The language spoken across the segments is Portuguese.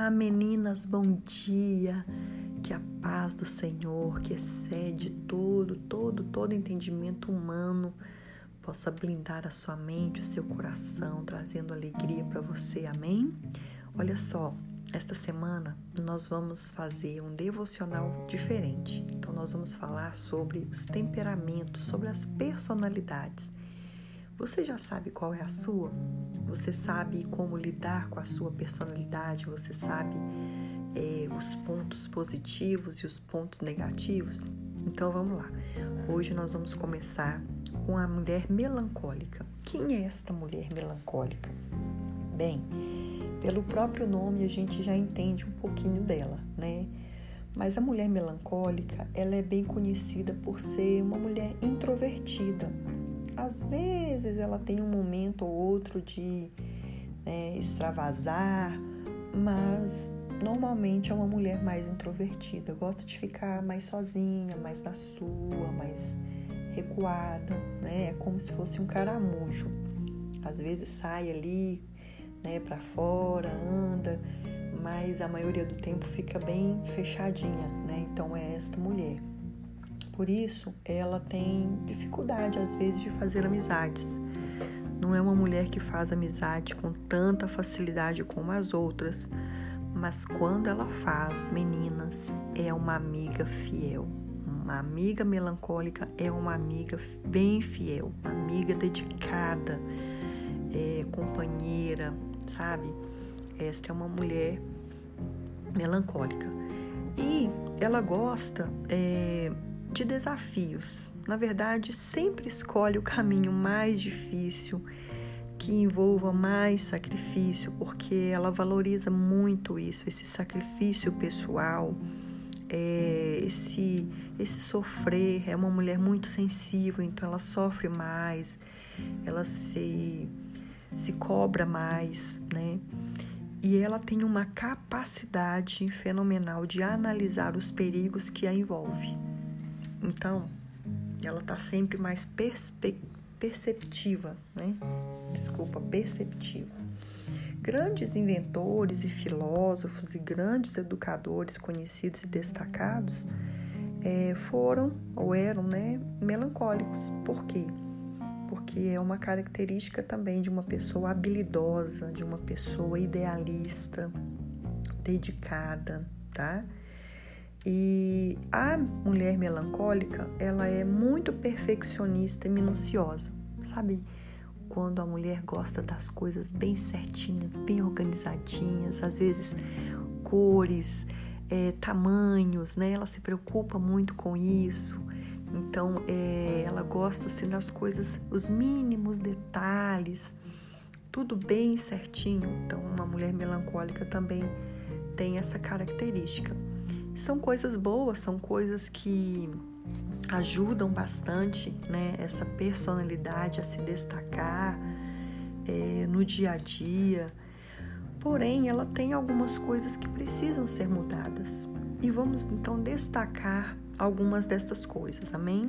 Olá, meninas, bom dia. Que a paz do Senhor, que excede todo entendimento humano, possa blindar a sua mente, o seu coração, trazendo alegria para você, amém? Olha só, esta semana nós vamos fazer um devocional diferente. Então nós vamos falar sobre os temperamentos, sobre as personalidades. Você já sabe qual é a sua? Você sabe como lidar com a sua personalidade? Você sabe os pontos positivos e os pontos negativos? Então vamos lá. Hoje nós vamos começar com a mulher melancólica. Quem é esta mulher melancólica? Bem, pelo próprio nome a gente já entende um pouquinho dela, né? Mas a mulher melancólica, ela é bem conhecida por ser uma mulher introvertida. Às vezes ela tem um momento ou outro de extravasar, mas normalmente é uma mulher mais introvertida, gosta de ficar mais sozinha, mais na sua, mais recuada, né? É como se fosse um caramujo. Às vezes sai ali, né, para fora, anda, mas a maioria do tempo fica bem fechadinha, né? Então é esta mulher. Por isso, ela tem dificuldade, às vezes, de fazer amizades. Não é uma mulher que faz amizade com tanta facilidade como as outras, mas quando ela faz, meninas, é uma amiga fiel. Uma amiga melancólica é uma amiga bem fiel, uma amiga dedicada, companheira, sabe? Esta é uma mulher melancólica. E ela gosta de desafios. Na verdade, sempre escolhe o caminho mais difícil, que envolva mais sacrifício, porque ela valoriza muito isso, esse sacrifício pessoal, esse sofrer. É uma mulher muito sensível, então ela sofre mais, ela se cobra mais, né? E ela tem uma capacidade fenomenal de analisar os perigos que a envolvem. Então, ela está sempre mais perceptiva, né? Perceptiva. Grandes inventores e filósofos e grandes educadores conhecidos e destacados foram ou eram, né, melancólicos. Por quê? Porque é uma característica também de uma pessoa habilidosa, de uma pessoa idealista, dedicada, tá? E a mulher melancólica, ela é muito perfeccionista e minuciosa, sabe? Quando a mulher gosta das coisas bem certinhas, bem organizadinhas, às vezes cores, tamanhos, né? Ela se preocupa muito com isso. Então, ela gosta assim das coisas, os mínimos detalhes, tudo bem certinho. Então, uma mulher melancólica também tem essa característica. São coisas boas, são coisas que ajudam bastante, né, essa personalidade a se destacar no dia a dia. Porém, ela tem algumas coisas que precisam ser mudadas. E vamos, então, destacar algumas destas coisas, amém?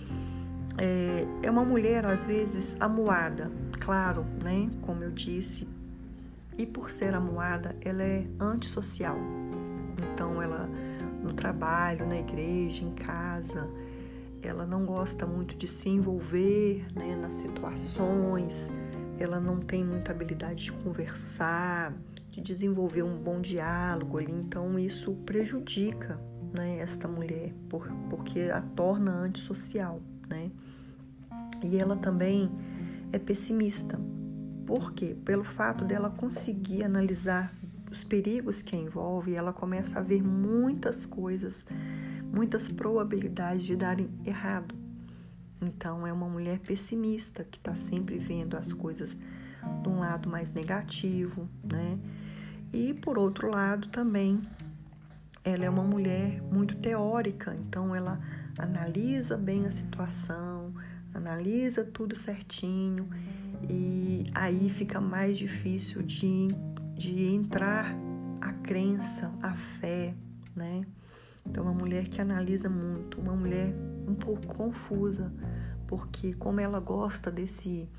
É uma mulher, às vezes, amuada, claro, né, como eu disse. E por ser amuada, ela é antissocial. Então, ela, no trabalho, na igreja, em casa, ela não gosta muito de se envolver, né, nas situações, ela não tem muita habilidade de conversar, de desenvolver um bom diálogo ali. Então isso prejudica, né, esta mulher, porque a torna antissocial, né? E ela também é pessimista. Por quê? Pelo fato dela conseguir analisar os perigos que a envolve, ela começa a ver muitas coisas, muitas probabilidades de darem errado. Então, é uma mulher pessimista que está sempre vendo as coisas de um lado mais negativo, né? E, por outro lado, também, ela é uma mulher muito teórica. Então, ela analisa bem a situação, analisa tudo certinho, e aí fica mais difícil de entrar a crença, a fé, né? Então, uma mulher que analisa muito, uma mulher um pouco confusa, porque como ela gosta desse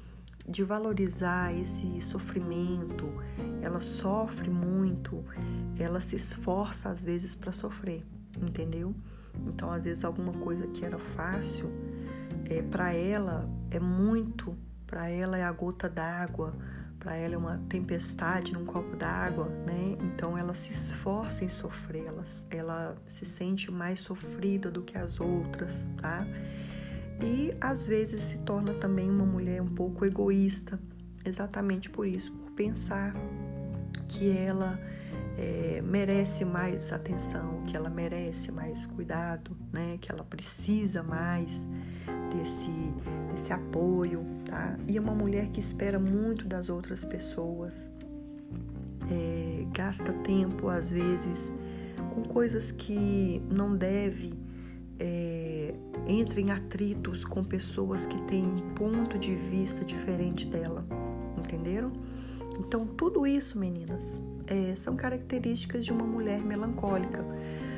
de valorizar esse sofrimento, ela sofre muito, ela se esforça às vezes para sofrer, entendeu? Então, às vezes, alguma coisa que era fácil, para ela é muito, para ela é a gota d'água, para ela é uma tempestade num copo d'água, né? Então, ela se esforça em sofrer, ela se sente mais sofrida do que as outras, tá? E, às vezes, se torna também uma mulher um pouco egoísta, exatamente por isso, por pensar que ela merece mais atenção, que ela merece mais cuidado, né? Que ela precisa mais desse apoio, tá? E é uma mulher que espera muito das outras pessoas, gasta tempo, às vezes, com coisas que não deve, entra em atritos com pessoas que têm um ponto de vista diferente dela, entenderam? Então, tudo isso, meninas, são características de uma mulher melancólica,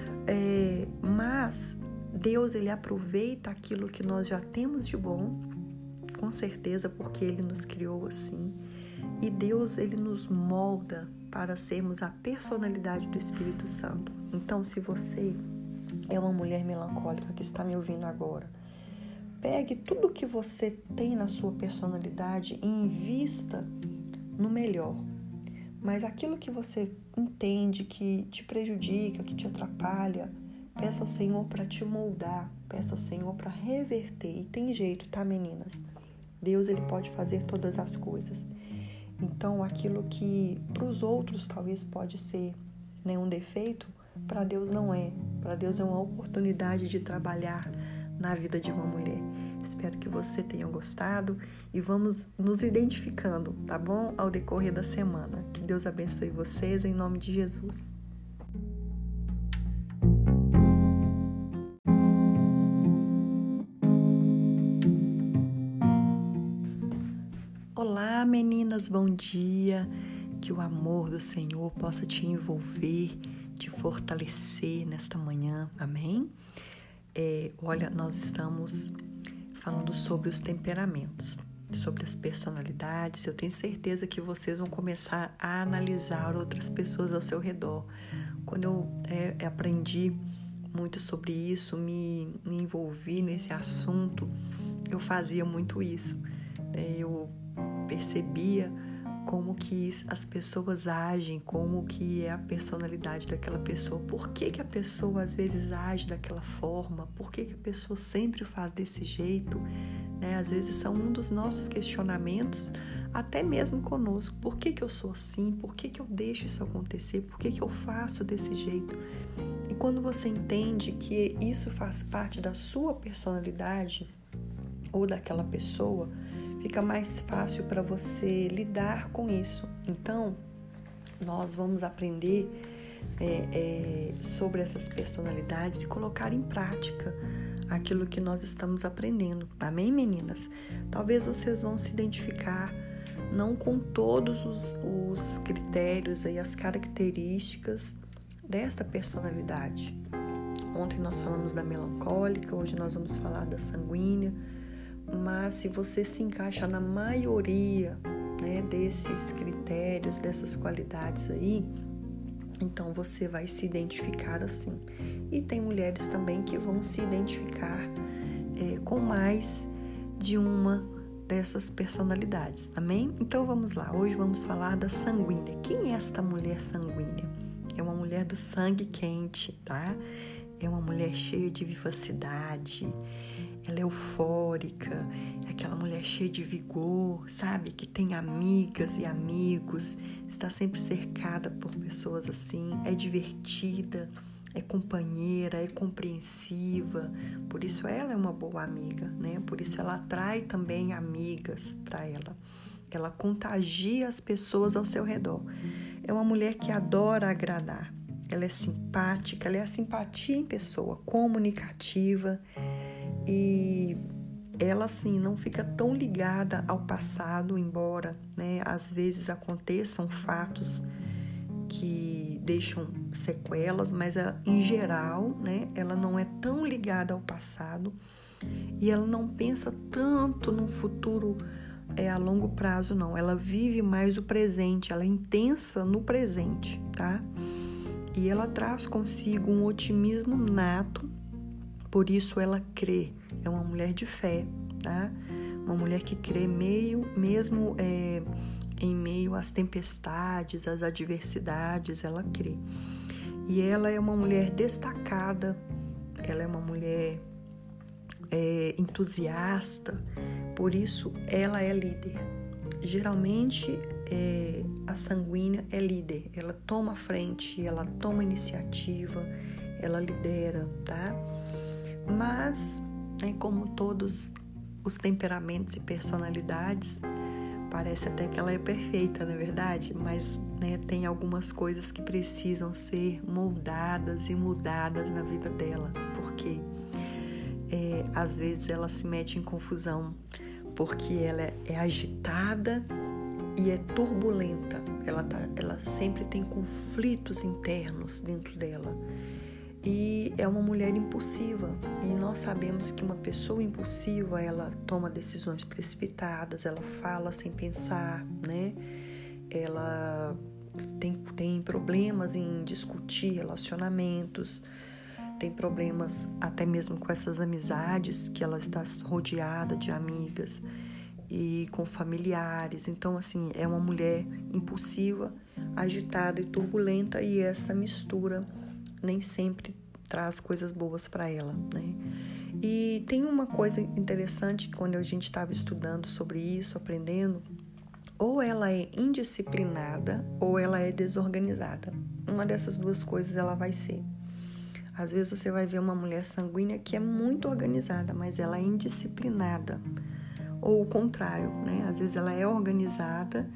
mas Deus, ele aproveita aquilo que nós já temos de bom, com certeza, porque ele nos criou assim, e Deus, ele nos molda para sermos a personalidade do Espírito Santo. Então, se você é uma mulher melancólica que está me ouvindo agora, pegue tudo que você tem na sua personalidade e invista no melhor. Mas aquilo que você entende que te prejudica, que te atrapalha, peça ao Senhor para te moldar, peça ao Senhor para reverter. E tem jeito, tá, meninas? Deus, ele pode fazer todas as coisas. Então, aquilo que para os outros talvez pode ser um defeito, para Deus não é. Para Deus é uma oportunidade de trabalhar na vida de uma mulher. Espero que você tenha gostado e vamos nos identificando, tá bom? Ao decorrer da semana. Que Deus abençoe vocês em nome de Jesus. Olá, meninas, bom dia. Que o amor do Senhor possa te envolver, te fortalecer nesta manhã, amém? Olha, nós estamos falando sobre os temperamentos, sobre as personalidades. Eu tenho certeza que vocês vão começar a analisar outras pessoas ao seu redor. Quando eu aprendi muito sobre isso, me envolvi nesse assunto, eu fazia muito isso. Eu percebia como que as pessoas agem, como que é a personalidade daquela pessoa, por que a pessoa às vezes age daquela forma, por que a pessoa sempre faz desse jeito, né? Às vezes são um dos nossos questionamentos, até mesmo conosco, por que eu sou assim, por que eu deixo isso acontecer, por que eu faço desse jeito? E quando você entende que isso faz parte da sua personalidade ou daquela pessoa, fica mais fácil para você lidar com isso. Então, nós vamos aprender sobre essas personalidades e colocar em prática aquilo que nós estamos aprendendo. Amém, meninas? Talvez vocês vão se identificar não com todos os critérios e as características desta personalidade. Ontem nós falamos da melancólica, hoje nós vamos falar da sanguínea. Mas se você se encaixa na maioria, né, desses critérios, dessas qualidades aí, então você vai se identificar assim. E tem mulheres também que vão se identificar com mais de uma dessas personalidades, amém? Então vamos lá, hoje vamos falar da sanguínea. Quem é esta mulher sanguínea? É uma mulher do sangue quente, tá? É uma mulher cheia de vivacidade, ela é eufórica, é aquela mulher cheia de vigor, sabe? Que tem amigas e amigos, está sempre cercada por pessoas assim, é divertida, é companheira, é compreensiva, por isso ela é uma boa amiga, né? Por isso ela atrai também amigas para ela. Ela contagia as pessoas ao seu redor. É uma mulher que adora agradar. Ela é simpática, ela é a simpatia em pessoa, comunicativa e ela assim não fica tão ligada ao passado, embora, né, às vezes aconteçam fatos que deixam sequelas, mas ela, em geral, né, ela não é tão ligada ao passado e ela não pensa tanto num futuro é a longo prazo, não. Ela vive mais o presente, ela é intensa no presente, tá? E ela traz consigo um otimismo nato, por isso ela crê. É uma mulher de fé, tá? Uma mulher que crê mesmo em meio às tempestades, às adversidades, ela crê. E ela é uma mulher destacada, ela é uma mulher entusiasta, por isso ela é líder. Geralmente a sanguínea é líder, ela toma a frente, ela toma iniciativa, ela lidera, tá? Mas, como todos os temperamentos e personalidades, parece até que ela é perfeita, não é verdade? Mas tem algumas coisas que precisam ser moldadas e mudadas na vida dela, porque às vezes ela se mete em confusão, porque ela é agitada e é turbulenta, ela sempre tem conflitos internos dentro dela. E é uma mulher impulsiva, e nós sabemos que uma pessoa impulsiva, ela toma decisões precipitadas, ela fala sem pensar, né? Ela tem problemas em discutir relacionamentos, tem problemas até mesmo com essas amizades, que ela está rodeada de amigas e com familiares. Então, assim, é uma mulher impulsiva, agitada e turbulenta, e essa mistura nem sempre traz coisas boas para ela, né? E tem uma coisa interessante, quando a gente estava estudando sobre isso, aprendendo, ou ela é indisciplinada ou ela é desorganizada. Uma dessas duas coisas ela vai ser. Às vezes você vai ver uma mulher sanguínea que é muito organizada, mas ela é indisciplinada. Ou o contrário, né? Às vezes ela é organizada,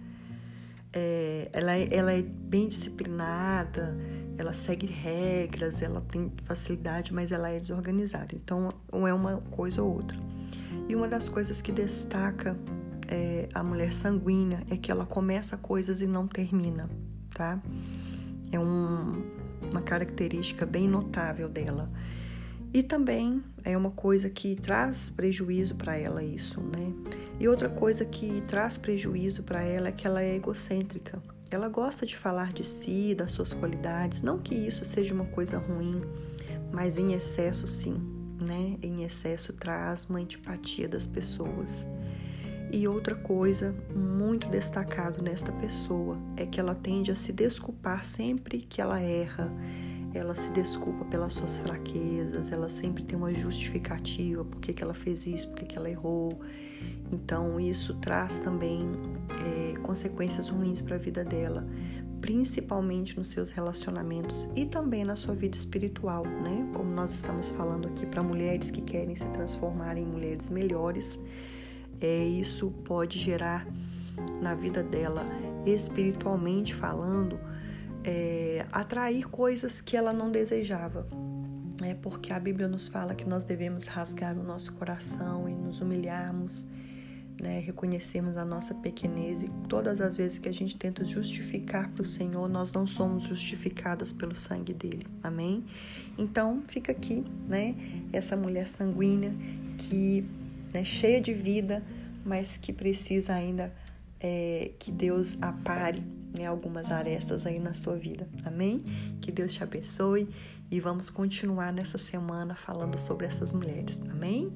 ela é bem disciplinada, ela segue regras, ela tem facilidade, mas ela é desorganizada. Então, ou é uma coisa ou outra. E uma das coisas que destaca a mulher sanguínea é que ela começa coisas e não termina, tá? É uma característica bem notável dela. E também é uma coisa que traz prejuízo para ela isso, né? E outra coisa que traz prejuízo para ela é que ela é egocêntrica. Ela gosta de falar de si, das suas qualidades. Não que isso seja uma coisa ruim, mas em excesso sim, né? Em excesso traz uma antipatia das pessoas. E outra coisa muito destacado nesta pessoa é que ela tende a se desculpar sempre que ela erra. Ela se desculpa pelas suas fraquezas, ela sempre tem uma justificativa, por que ela fez isso, por que ela errou. Então isso traz também consequências ruins para a vida dela, principalmente nos seus relacionamentos e também na sua vida espiritual, né? Como nós estamos falando aqui para mulheres que querem se transformar em mulheres melhores, isso pode gerar na vida dela, espiritualmente falando, atrair coisas que ela não desejava. Porque a Bíblia nos fala que nós devemos rasgar o nosso coração e nos humilharmos, né? Reconhecermos a nossa pequenez, e todas as vezes que a gente tenta justificar para o Senhor, nós não somos justificadas pelo sangue dele. Amém? Então, fica aqui, né? Essa mulher sanguínea que cheia de vida, mas que precisa ainda que Deus apare algumas arestas aí na sua vida. Amém? Que Deus te abençoe e vamos continuar nessa semana falando sobre essas mulheres. Amém?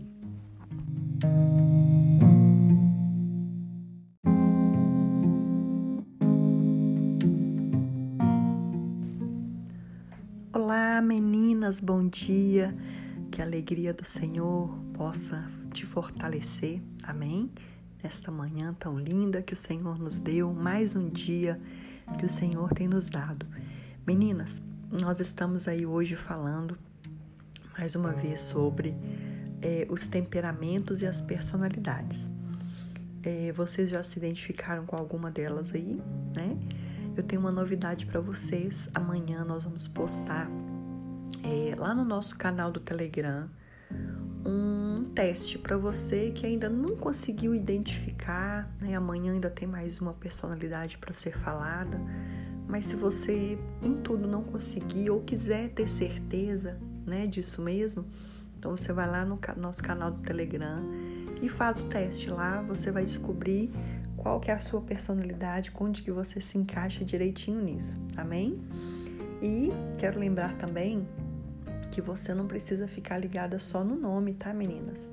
Olá, meninas, bom dia. Que a alegria do Senhor possa te fortalecer. Amém? Nesta manhã tão linda que o Senhor nos deu, mais um dia que o Senhor tem nos dado. Meninas, nós estamos aí hoje falando mais uma vez sobre os temperamentos e as personalidades. Vocês já se identificaram com alguma delas aí, né? Eu tenho uma novidade para vocês. Amanhã nós vamos postar lá no nosso canal do Telegram um teste para você que ainda não conseguiu identificar, né? Amanhã ainda tem mais uma personalidade para ser falada, mas se você em tudo não conseguir ou quiser ter certeza, né, disso mesmo, então você vai lá no nosso canal do Telegram e faz o teste. Lá você vai descobrir qual que é a sua personalidade, onde que você se encaixa direitinho nisso, amém? E quero lembrar também que você não precisa ficar ligada só no nome, tá, meninas?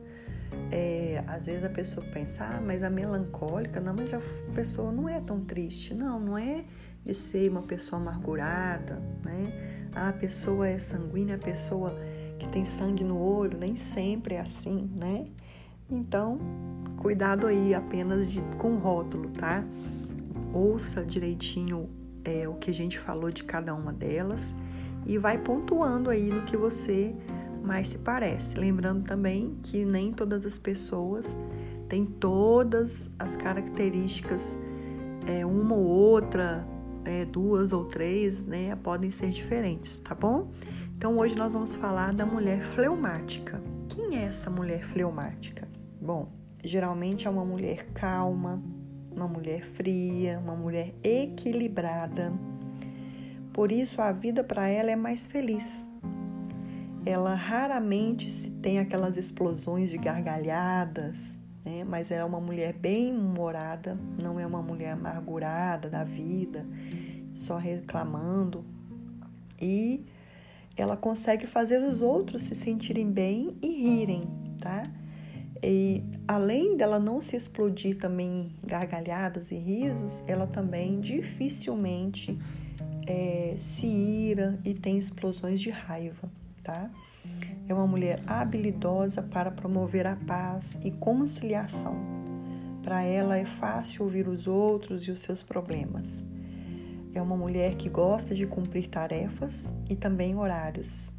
Às vezes a pessoa pensa, mas a melancólica, não, mas a pessoa não é tão triste. Não é de ser uma pessoa amargurada, né? A pessoa é sanguínea, a pessoa que tem sangue no olho, nem sempre é assim, né? Então, cuidado aí apenas com o rótulo, tá? Ouça direitinho o que a gente falou de cada uma delas e vai pontuando aí no que você mais se parece. Lembrando também que nem todas as pessoas têm todas as características, uma ou outra, duas ou três, né? Podem ser diferentes, tá bom? Então, hoje nós vamos falar da mulher fleumática. Quem é essa mulher fleumática? Bom, geralmente é uma mulher calma, uma mulher fria, uma mulher equilibrada. Por isso, a vida para ela é mais feliz. Ela raramente tem aquelas explosões de gargalhadas, né? Mas é uma mulher bem humorada, não é uma mulher amargurada da vida, só reclamando. E ela consegue fazer os outros se sentirem bem e rirem, tá? E além dela não se explodir também em gargalhadas e risos, ela também dificilmente se ira e tem explosões de raiva, tá? É uma mulher habilidosa para promover a paz e conciliação. Para ela é fácil ouvir os outros e os seus problemas. É uma mulher que gosta de cumprir tarefas e também horários.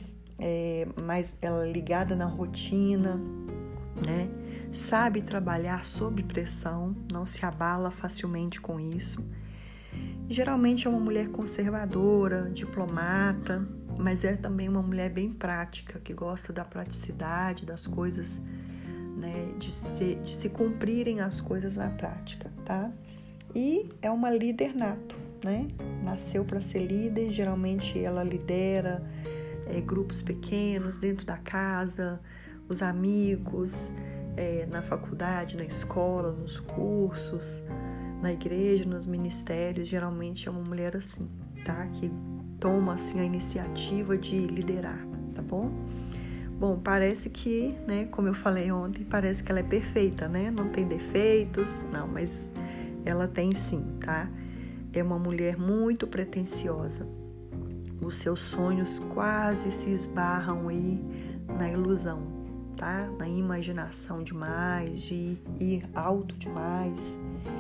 Mas ela é ligada na rotina, né? Sabe trabalhar sob pressão, não se abala facilmente com isso. Geralmente é uma mulher conservadora, diplomata, mas é também uma mulher bem prática, que gosta da praticidade das coisas, né? De se cumprirem as coisas na prática, tá? E é uma líder nato, né? Nasceu para ser líder, geralmente ela lidera grupos pequenos dentro da casa, os amigos, na faculdade, na escola, nos cursos, na igreja, nos ministérios. Geralmente é uma mulher assim, tá? Que toma assim a iniciativa de liderar, tá bom? Bom, parece que, né, como eu falei ontem, parece que ela é perfeita, né? Não tem defeitos, não, mas ela tem sim, tá? É uma mulher muito pretensiosa. Os seus sonhos quase se esbarram aí na ilusão, tá? Na imaginação demais, de ir alto demais.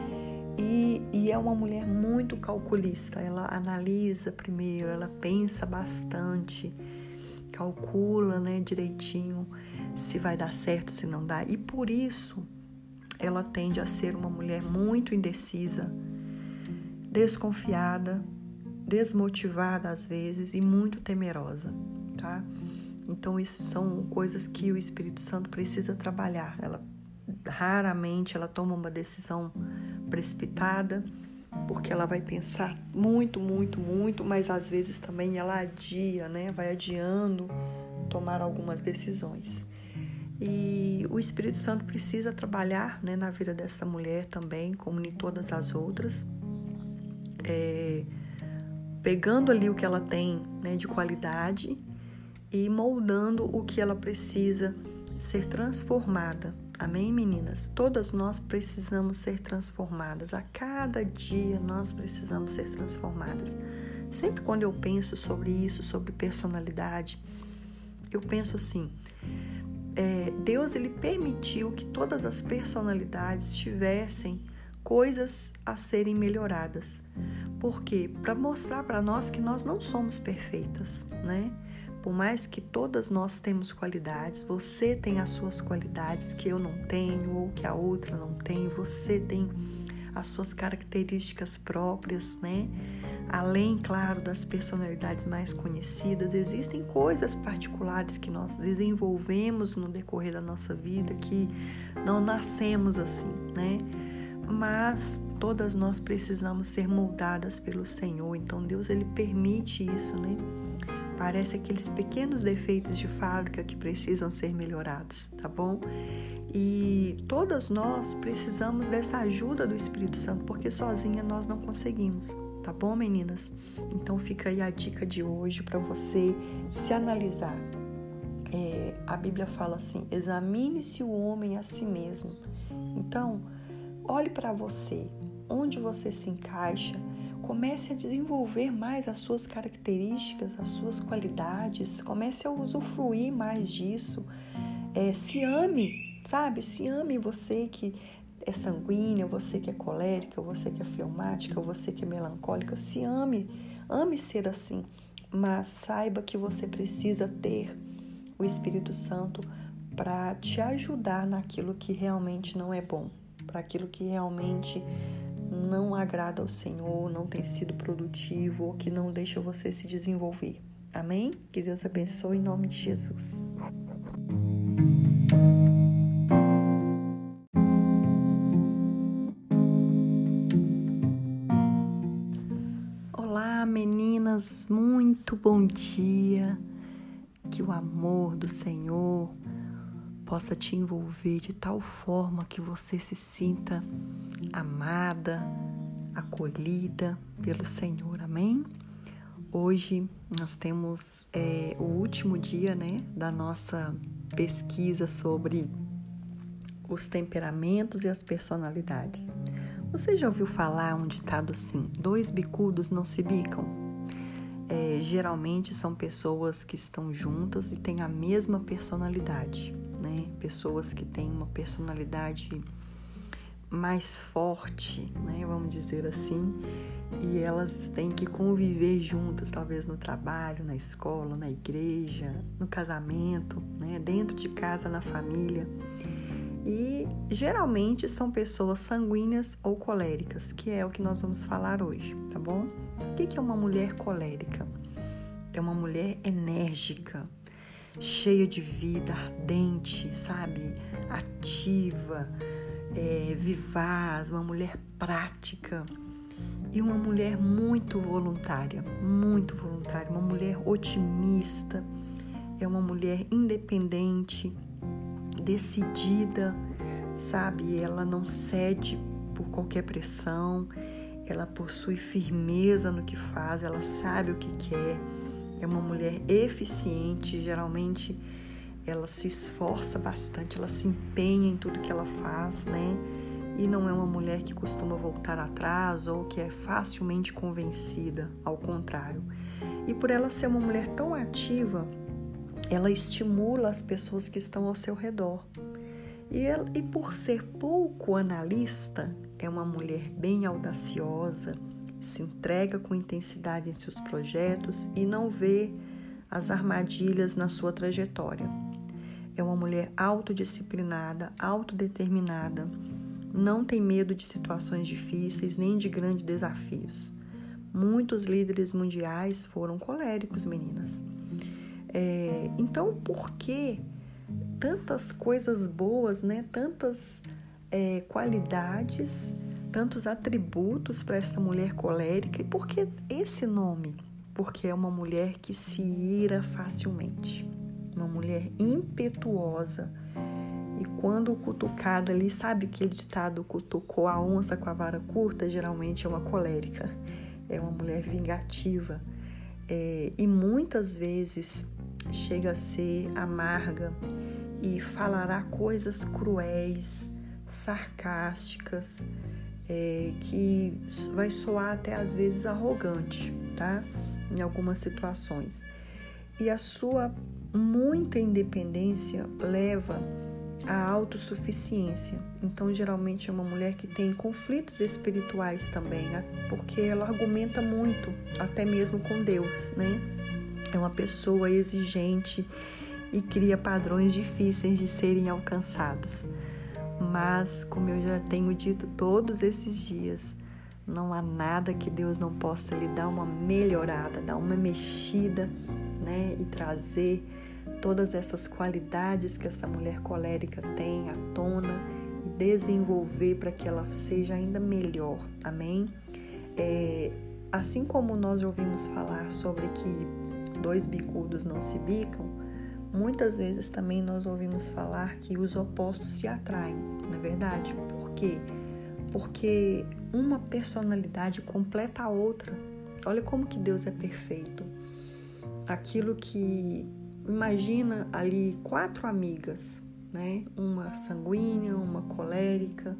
E é uma mulher muito calculista. Ela analisa primeiro, ela pensa bastante, calcula, né, direitinho se vai dar certo, se não dá. E por isso ela tende a ser uma mulher muito indecisa, desconfiada, desmotivada às vezes e muito temerosa, tá? Então isso são coisas que o Espírito Santo precisa trabalhar. Raramente ela toma uma decisão precipitada, porque ela vai pensar muito, mas às vezes também ela adia, né? Vai adiando tomar algumas decisões. E o Espírito Santo precisa trabalhar, né, na vida dessa mulher também, como em todas as outras, pegando ali o que ela tem, né, de qualidade e moldando o que ela precisa ser transformada. Amém, meninas? Todas nós precisamos ser transformadas. A cada dia nós precisamos ser transformadas. Sempre quando eu penso sobre isso, sobre personalidade, eu penso assim, Deus ele permitiu que todas as personalidades tivessem coisas a serem melhoradas. Por quê? Para mostrar para nós que nós não somos perfeitas, né? Por mais que todas nós temos qualidades, você tem as suas qualidades que eu não tenho ou que a outra não tem, você tem as suas características próprias, né? Além, claro, das personalidades mais conhecidas, existem coisas particulares que nós desenvolvemos no decorrer da nossa vida que não nascemos assim, né? Mas todas nós precisamos ser moldadas pelo Senhor, então Deus ele permite isso, né? Parece aqueles pequenos defeitos de fábrica que precisam ser melhorados, tá bom? E todas nós precisamos dessa ajuda do Espírito Santo, porque sozinha nós não conseguimos, tá bom, meninas? Então fica aí a dica de hoje para você se analisar. A Bíblia fala assim: examine-se o homem a si mesmo. Então, olhe para você, onde você se encaixa, comece a desenvolver mais as suas características, as suas qualidades, comece a usufruir mais disso. Se ame, sabe? Se ame você que é sanguínea, você que é colérica, você que é fleumática, você que é melancólica. Se ame, ame ser assim, mas saiba que você precisa ter o Espírito Santo para te ajudar naquilo que realmente não é bom, para aquilo que realmente não agrada ao Senhor, não tem sido produtivo ou que não deixa você se desenvolver. Amém? Que Deus abençoe em nome de Jesus. Olá, meninas, muito bom dia. Que o amor do Senhor possa te envolver de tal forma que você se sinta amada, acolhida pelo Senhor, amém? Hoje nós temos o último dia, da nossa pesquisa sobre os temperamentos e as personalidades. Você já ouviu falar um ditado assim: 2 bicudos não se bicam? Geralmente são pessoas que estão juntas e têm a mesma personalidade, Pessoas que têm uma personalidade mais forte, vamos dizer assim, e elas têm que conviver juntas, talvez no trabalho, na escola, na igreja, no casamento, dentro de casa, na família. E geralmente são pessoas sanguíneas ou coléricas, que é o que nós vamos falar hoje, tá bom? O que é uma mulher colérica? É uma mulher enérgica, cheia de vida, ardente, sabe? Ativa, vivaz, uma mulher prática e uma mulher muito voluntária, uma mulher otimista, é uma mulher independente, decidida, sabe? Ela não cede por qualquer pressão, ela possui firmeza no que faz, ela sabe o que quer, é uma mulher eficiente, geralmente ela se esforça bastante, ela se empenha em tudo que ela faz, E não é uma mulher que costuma voltar atrás ou que é facilmente convencida, ao contrário. E por ela ser uma mulher tão ativa, ela estimula as pessoas que estão ao seu redor. E por ser pouco analista, é uma mulher bem audaciosa, se entrega com intensidade em seus projetos e não vê as armadilhas na sua trajetória. É uma mulher autodisciplinada, autodeterminada, não tem medo de situações difíceis nem de grandes desafios. Muitos líderes mundiais foram coléricos, meninas. Então, por que tantas coisas boas, tantas qualidades, tantos atributos para essa mulher colérica? E por que esse nome? Porque é uma mulher que se ira facilmente, uma mulher impetuosa. E quando cutucada ali, sabe aquele ditado, cutucou a onça com a vara curta? Geralmente é uma colérica, é uma mulher vingativa. E muitas vezes chega a ser amarga e falará coisas cruéis, sarcásticas, que vai soar até às vezes arrogante, tá? Em algumas situações. E a sua muita independência leva à autossuficiência. Então, geralmente é uma mulher que tem conflitos espirituais também, porque ela argumenta muito, até mesmo com Deus, É uma pessoa exigente e cria padrões difíceis de serem alcançados. Mas, como eu já tenho dito todos esses dias, não há nada que Deus não possa lhe dar uma melhorada, dar uma mexida, e trazer todas essas qualidades que essa mulher colérica tem à tona e desenvolver para que ela seja ainda melhor, amém? Assim como nós já ouvimos falar sobre que dois bicudos não se bicam, muitas vezes também nós ouvimos falar que os opostos se atraem, não é verdade? Por quê? Porque uma personalidade completa a outra. Olha como que Deus é perfeito. Aquilo que... Imagina ali 4 amigas, né? Uma sanguínea, uma colérica,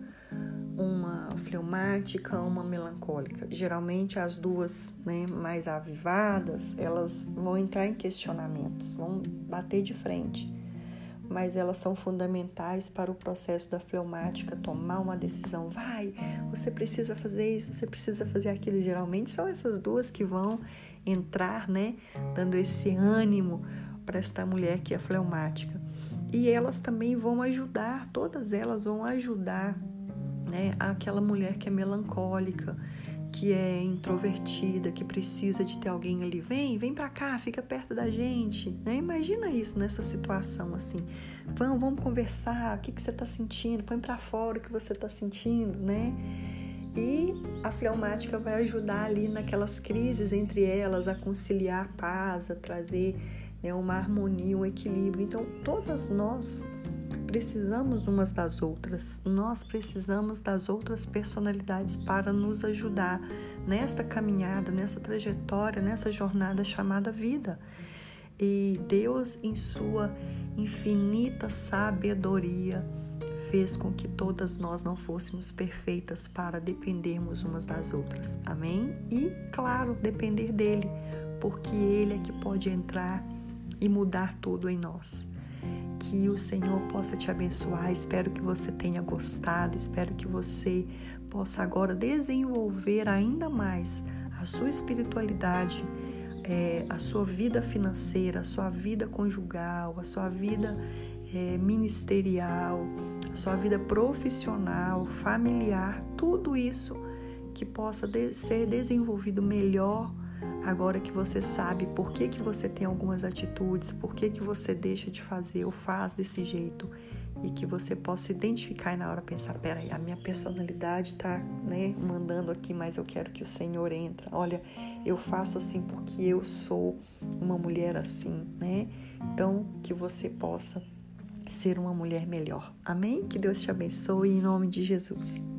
uma fleumática, uma melancólica. Geralmente as duas, né, mais avivadas, elas vão entrar em questionamentos, vão bater de frente. Mas elas são fundamentais para o processo da fleumática tomar uma decisão. Vai, você precisa fazer isso, você precisa fazer aquilo. Geralmente são essas duas que vão entrar, né, dando esse ânimo para esta mulher que é fleumática. E elas também vão ajudar, todas elas vão ajudar, né, aquela mulher que é melancólica, que é introvertida, que precisa de ter alguém ali. Vem pra cá, fica perto da gente, né? Imagina isso nessa situação assim. Vamos conversar, o que você tá sentindo? Põe pra fora o que você tá sentindo, né? E a fleumática vai ajudar ali naquelas crises entre elas a conciliar a paz, a trazer, né, uma harmonia, um equilíbrio. Então, todas nós precisamos umas das outras, nós precisamos das outras personalidades para nos ajudar nesta caminhada, nessa trajetória, nessa jornada chamada vida. E Deus, em sua infinita sabedoria, fez com que todas nós não fôssemos perfeitas para dependermos umas das outras. Amém? E, claro, depender dele, porque ele é que pode entrar e mudar tudo em nós. Que o Senhor possa te abençoar. Espero que você tenha gostado, espero que você possa agora desenvolver ainda mais a sua espiritualidade, a sua vida financeira, a sua vida conjugal, a sua vida ministerial, a sua vida profissional, familiar, tudo isso que possa ser desenvolvido melhor agora que você sabe por que você tem algumas atitudes, por que você deixa de fazer ou faz desse jeito, e que você possa identificar e na hora pensar, peraí, a minha personalidade tá, né, mandando aqui, mas eu quero que o Senhor entre. Olha, eu faço assim porque eu sou uma mulher assim, né? Então, que você possa ser uma mulher melhor. Amém? Que Deus te abençoe em nome de Jesus.